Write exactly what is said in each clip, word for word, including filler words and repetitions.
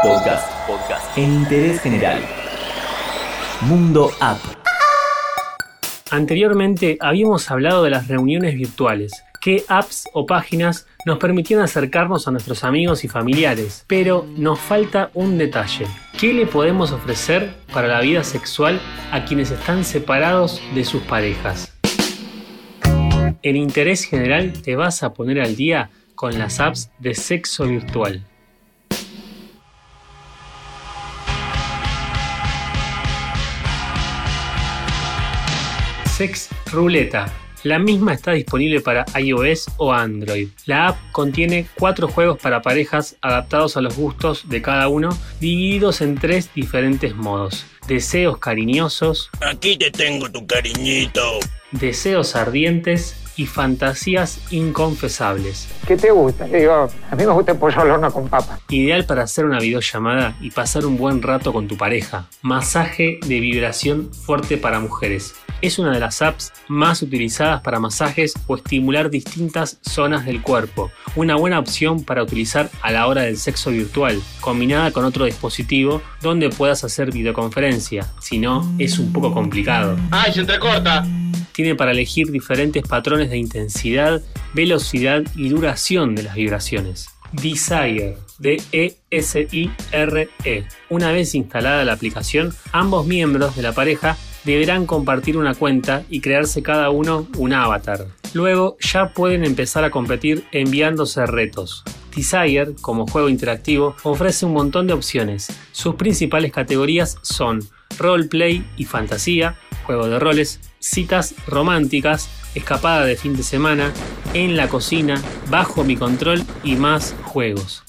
Podcast. Podcast. En interés general. Mundo App. Anteriormente habíamos hablado de las reuniones virtuales. Qué apps o páginas nos permitían acercarnos a nuestros amigos y familiares. Pero nos falta un detalle. ¿Qué le podemos ofrecer para la vida sexual a quienes están separados de sus parejas? En interés general te vas a poner al día con las apps de sexo virtual. Sex Ruleta. La misma está disponible para iOS o Android. La app contiene cuatro juegos para parejas adaptados a los gustos de cada uno, divididos en tres diferentes modos: deseos cariñosos, aquí te tengo tu cariñito, deseos ardientes y fantasías inconfesables. ¿Qué te gusta? Le digo, a mí me gusta el pollo al horno con papas. Ideal para hacer una videollamada y pasar un buen rato con tu pareja. Masaje de vibración fuerte para mujeres. Es una de las apps más utilizadas para masajes o estimular distintas zonas del cuerpo. Una buena opción para utilizar a la hora del sexo virtual, combinada con otro dispositivo donde puedas hacer videoconferencia. Si no, es un poco complicado. ¡Ay, se entrecorta! Tiene para elegir diferentes patrones de intensidad, velocidad y duración de las vibraciones. Desire, D E S I R E. Una vez instalada la aplicación, ambos miembros de la pareja deberán compartir una cuenta y crearse cada uno un avatar. Luego ya pueden empezar a competir enviándose retos. Desire, como juego interactivo, ofrece un montón de opciones. Sus principales categorías son roleplay y fantasía, juego de roles, citas románticas, escapada de fin de semana, en la cocina, bajo mi control y más juegos.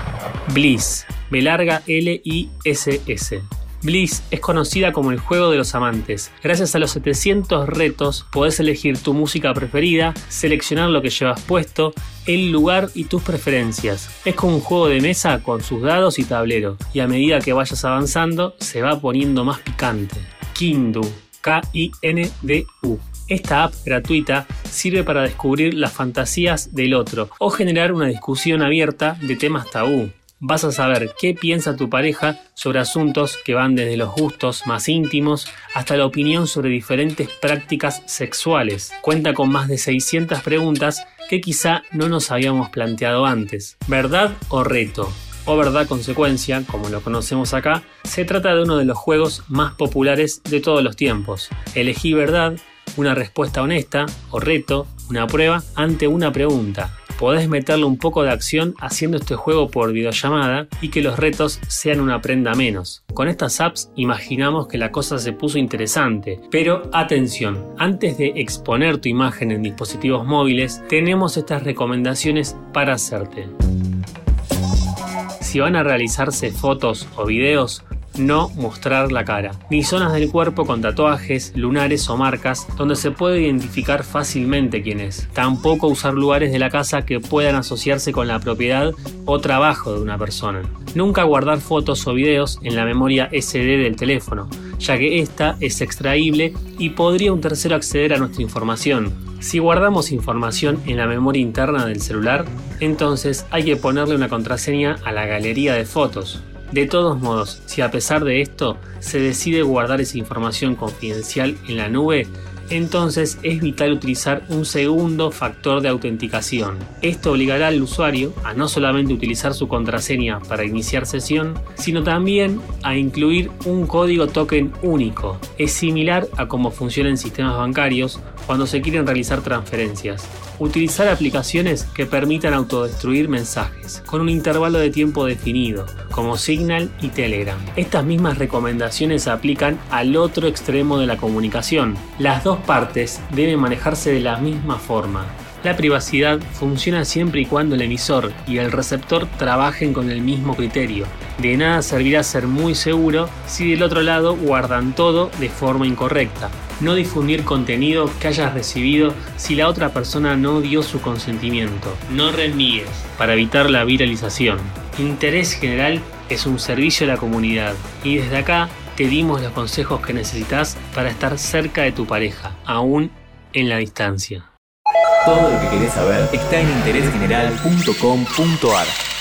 Bliss, B larga L I S S. Bliss es conocida como el juego de los amantes. Gracias a los setecientos retos podés elegir tu música preferida, seleccionar lo que llevas puesto, el lugar y tus preferencias. Es como un juego de mesa con sus dados y tablero, y a medida que vayas avanzando se va poniendo más picante. Kindu, K I N D U. Esta app gratuita sirve para descubrir las fantasías del otro o generar una discusión abierta de temas tabú. Vas a saber qué piensa tu pareja sobre asuntos que van desde los gustos más íntimos hasta la opinión sobre diferentes prácticas sexuales. Cuenta con más de seiscientas preguntas que quizá no nos habíamos planteado antes. ¿Verdad o reto? O verdad consecuencia, como lo conocemos acá, se trata de uno de los juegos más populares de todos los tiempos. Elegí verdad, una respuesta honesta, o reto, una prueba ante una pregunta. Podés meterle un poco de acción haciendo este juego por videollamada y que los retos sean una prenda menos. Con estas apps imaginamos que la cosa se puso interesante, pero atención, antes de exponer tu imagen en dispositivos móviles, tenemos estas recomendaciones para hacerte. Si van a realizarse fotos o videos, no mostrar la cara, ni zonas del cuerpo con tatuajes, lunares o marcas donde se puede identificar fácilmente quién es. Tampoco usar lugares de la casa que puedan asociarse con la propiedad o trabajo de una persona. Nunca guardar fotos o videos en la memoria ese de del teléfono, ya que esta es extraíble y podría un tercero acceder a nuestra información. Si guardamos información en la memoria interna del celular, entonces hay que ponerle una contraseña a la galería de fotos. De todos modos, si a pesar de esto se decide guardar esa información confidencial en la nube, entonces es vital utilizar un segundo factor de autenticación. Esto obligará al usuario a no solamente utilizar su contraseña para iniciar sesión, sino también a incluir un código token único. Es similar a cómo funciona en sistemas bancarios cuando se quieren realizar transferencias. Utilizar aplicaciones que permitan autodestruir mensajes con un intervalo de tiempo definido, como Signal y Telegram. Estas mismas recomendaciones se aplican al otro extremo de la comunicación. Las dos partes deben manejarse de la misma forma. La privacidad funciona siempre y cuando el emisor y el receptor trabajen con el mismo criterio. De nada servirá ser muy seguro si del otro lado guardan todo de forma incorrecta. No difundir contenido que hayas recibido si la otra persona no dio su consentimiento. No reenvíes para evitar la viralización. Interés general es un servicio a la comunidad y desde acá te dimos los consejos que necesitas para estar cerca de tu pareja, aún en la distancia. Todo lo que querés saber está en interés general punto com punto ar.